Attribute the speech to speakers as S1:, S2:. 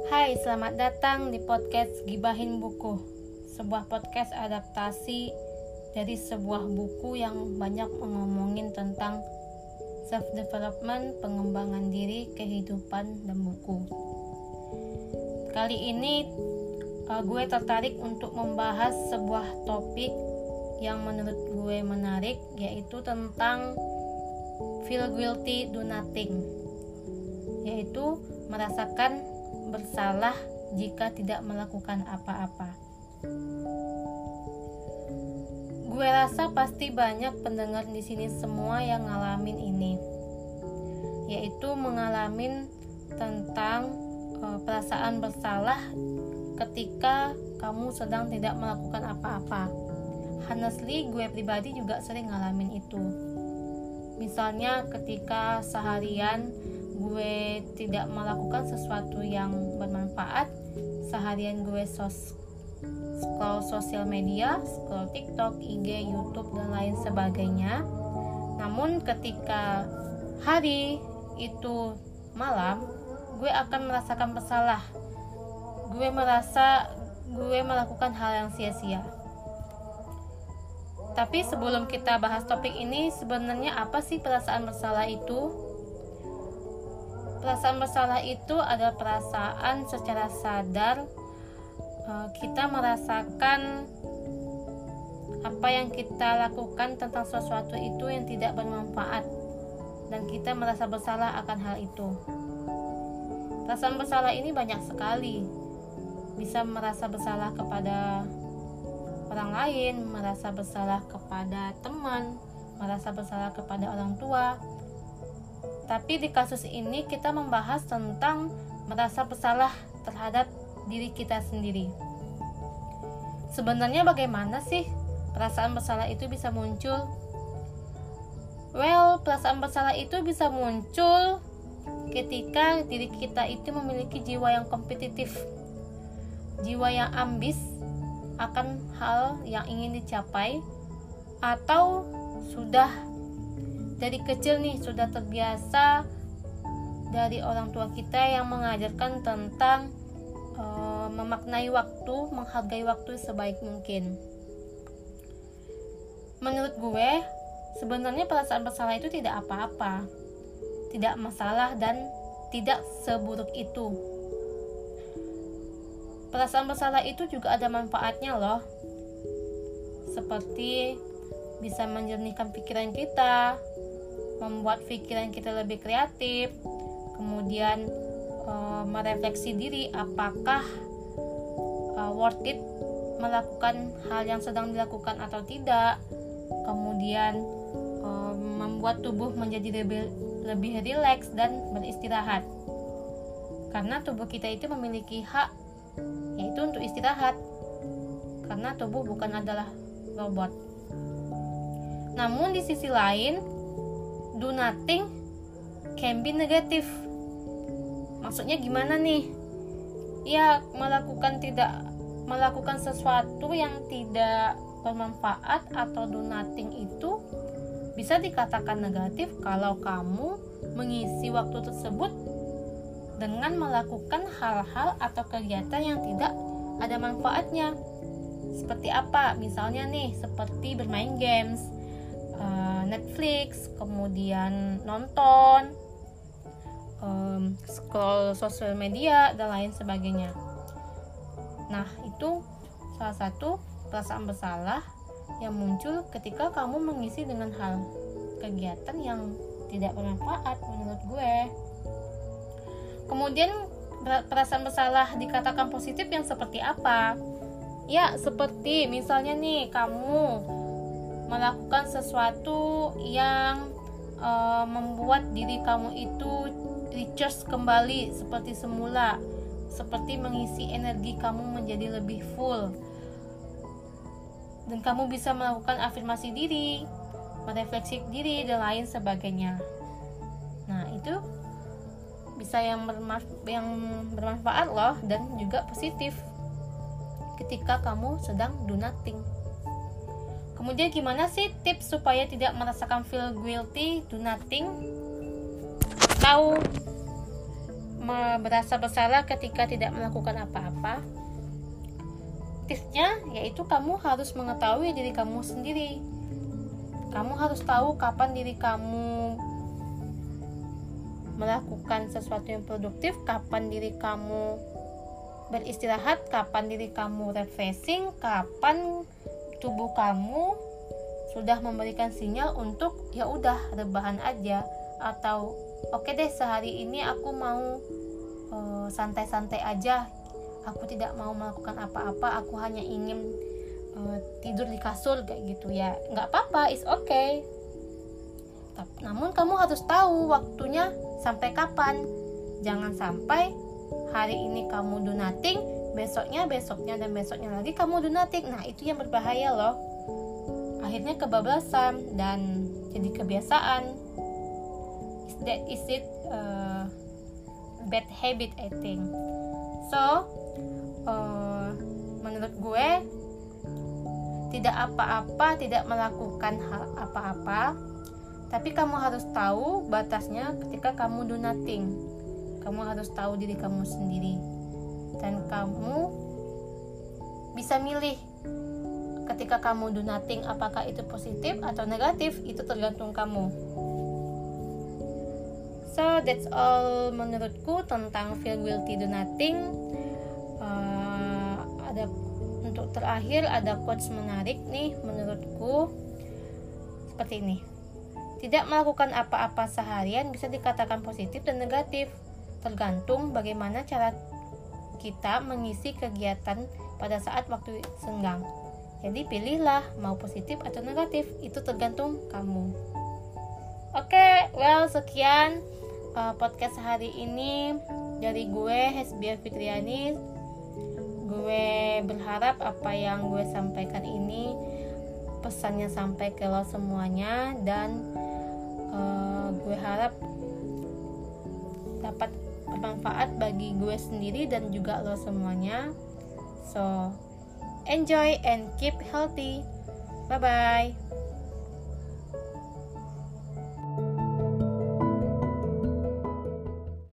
S1: Hai, selamat datang di podcast Gibahin Buku, sebuah podcast adaptasi dari sebuah buku yang banyak ngomongin tentang self-development, pengembangan diri, kehidupan, dan buku. Kali ini gue tertarik untuk membahas sebuah topik yang menurut gue menarik, yaitu tentang feel guilty do nothing, yaitu merasakan bersalah jika tidak melakukan apa-apa. Gue rasa pasti banyak pendengar di sini semua yang ngalamin ini, yaitu mengalamin tentang perasaan bersalah ketika kamu sedang tidak melakukan apa-apa. Honestly, gue pribadi juga sering ngalamin itu. Misalnya ketika seharian gue tidak melakukan sesuatu yang bermanfaat, seharian gue scroll sosial media, scroll TikTok, IG, YouTube, dan lain sebagainya. Namun ketika hari itu malam, gue akan merasakan bersalah. Gue merasa gue melakukan hal yang sia-sia. Tapi sebelum kita bahas topik ini, sebenarnya apa sih perasaan bersalah itu? Perasaan bersalah itu adalah perasaan secara sadar kita merasakan apa yang kita lakukan tentang sesuatu itu yang tidak bermanfaat, dan kita merasa bersalah akan hal itu. Perasaan bersalah ini banyak sekali. Bisa merasa bersalah kepada orang lain, merasa bersalah kepada teman, merasa bersalah kepada orang tua. Tapi di kasus ini kita membahas tentang merasa bersalah terhadap diri kita sendiri. Sebenarnya bagaimana sih perasaan bersalah itu bisa muncul? Well, perasaan bersalah itu bisa muncul ketika diri kita itu memiliki jiwa yang kompetitif, jiwa yang ambis akan hal yang ingin dicapai, atau sudah dari kecil nih sudah terbiasa dari orang tua kita yang mengajarkan tentang memaknai waktu, menghargai waktu sebaik mungkin. Menurut gue, sebenarnya perasaan bersalah itu tidak apa-apa, tidak masalah, dan tidak seburuk itu. Perasaan bersalah itu juga ada manfaatnya loh, seperti bisa menjernihkan pikiran kita, membuat pikiran kita lebih kreatif, kemudian merefleksi diri apakah worth it melakukan hal yang sedang dilakukan atau tidak, kemudian membuat tubuh menjadi lebih rileks dan beristirahat, karena tubuh kita itu memiliki hak, yaitu untuk istirahat, karena tubuh bukan adalah robot. Namun di sisi lain, do nothing can be negative. Maksudnya gimana nih? Ya, melakukan sesuatu yang tidak bermanfaat atau do nothing itu bisa dikatakan negatif kalau kamu mengisi waktu tersebut dengan melakukan hal-hal atau kegiatan yang tidak ada manfaatnya. Seperti apa? Misalnya nih, seperti bermain games, Netflix, kemudian nonton, scroll sosial media, dan lain sebagainya. Nah, itu salah satu perasaan bersalah yang muncul ketika kamu mengisi dengan hal kegiatan yang tidak bermanfaat menurut gue. Kemudian perasaan bersalah dikatakan positif yang seperti apa? Ya, seperti misalnya nih, kamu melakukan sesuatu yang membuat diri kamu itu recharge kembali seperti semula, seperti mengisi energi kamu menjadi lebih full, dan kamu bisa melakukan afirmasi diri, merefleksi diri, dan lain sebagainya. Nah, itu bisa yang bermanfaat loh, dan juga positif ketika kamu sedang do nothing. Kemudian gimana sih tips supaya tidak merasakan feel guilty do nothing? Atau merasa bersalah ketika tidak melakukan apa-apa. Tipsnya yaitu kamu harus mengetahui diri kamu sendiri. Kamu harus tahu kapan diri kamu melakukan sesuatu yang produktif, kapan diri kamu beristirahat, kapan diri kamu refreshing, kapan tubuh kamu sudah memberikan sinyal untuk ya udah rebahan aja, atau oke deh sehari ini aku mau santai-santai aja, aku tidak mau melakukan apa-apa, aku hanya ingin tidur di kasur kayak gitu ya, nggak apa-apa, it's okay. Namun kamu harus tahu waktunya sampai kapan. Jangan sampai hari ini kamu do nothing, besoknya dan besoknya lagi kamu do nothing. Nah itu yang berbahaya loh. Akhirnya kebablasan dan jadi kebiasaan. Is it bad habit I think. So menurut gue tidak apa-apa tidak melakukan hal apa-apa, tapi kamu harus tahu batasnya ketika kamu do nothing. Kamu harus tahu diri kamu sendiri, dan kamu bisa milih ketika kamu do nothing apakah itu positif atau negatif, itu tergantung kamu. So that's all menurutku tentang feel guilty do nothing. Untuk terakhir ada quotes menarik nih menurutku seperti ini. Tidak melakukan apa-apa seharian bisa dikatakan positif dan negatif, tergantung bagaimana cara kita mengisi kegiatan pada saat waktu senggang. Jadi pilihlah mau positif atau negatif, itu tergantung kamu. Oke, sekian podcast hari ini dari gue Hesbia Fitriani. Gue berharap apa yang gue sampaikan ini pesannya sampai ke lo semuanya, dan gue harap dapat bermanfaat bagi gue sendiri dan juga lo semuanya. So enjoy and keep healthy. Bye bye.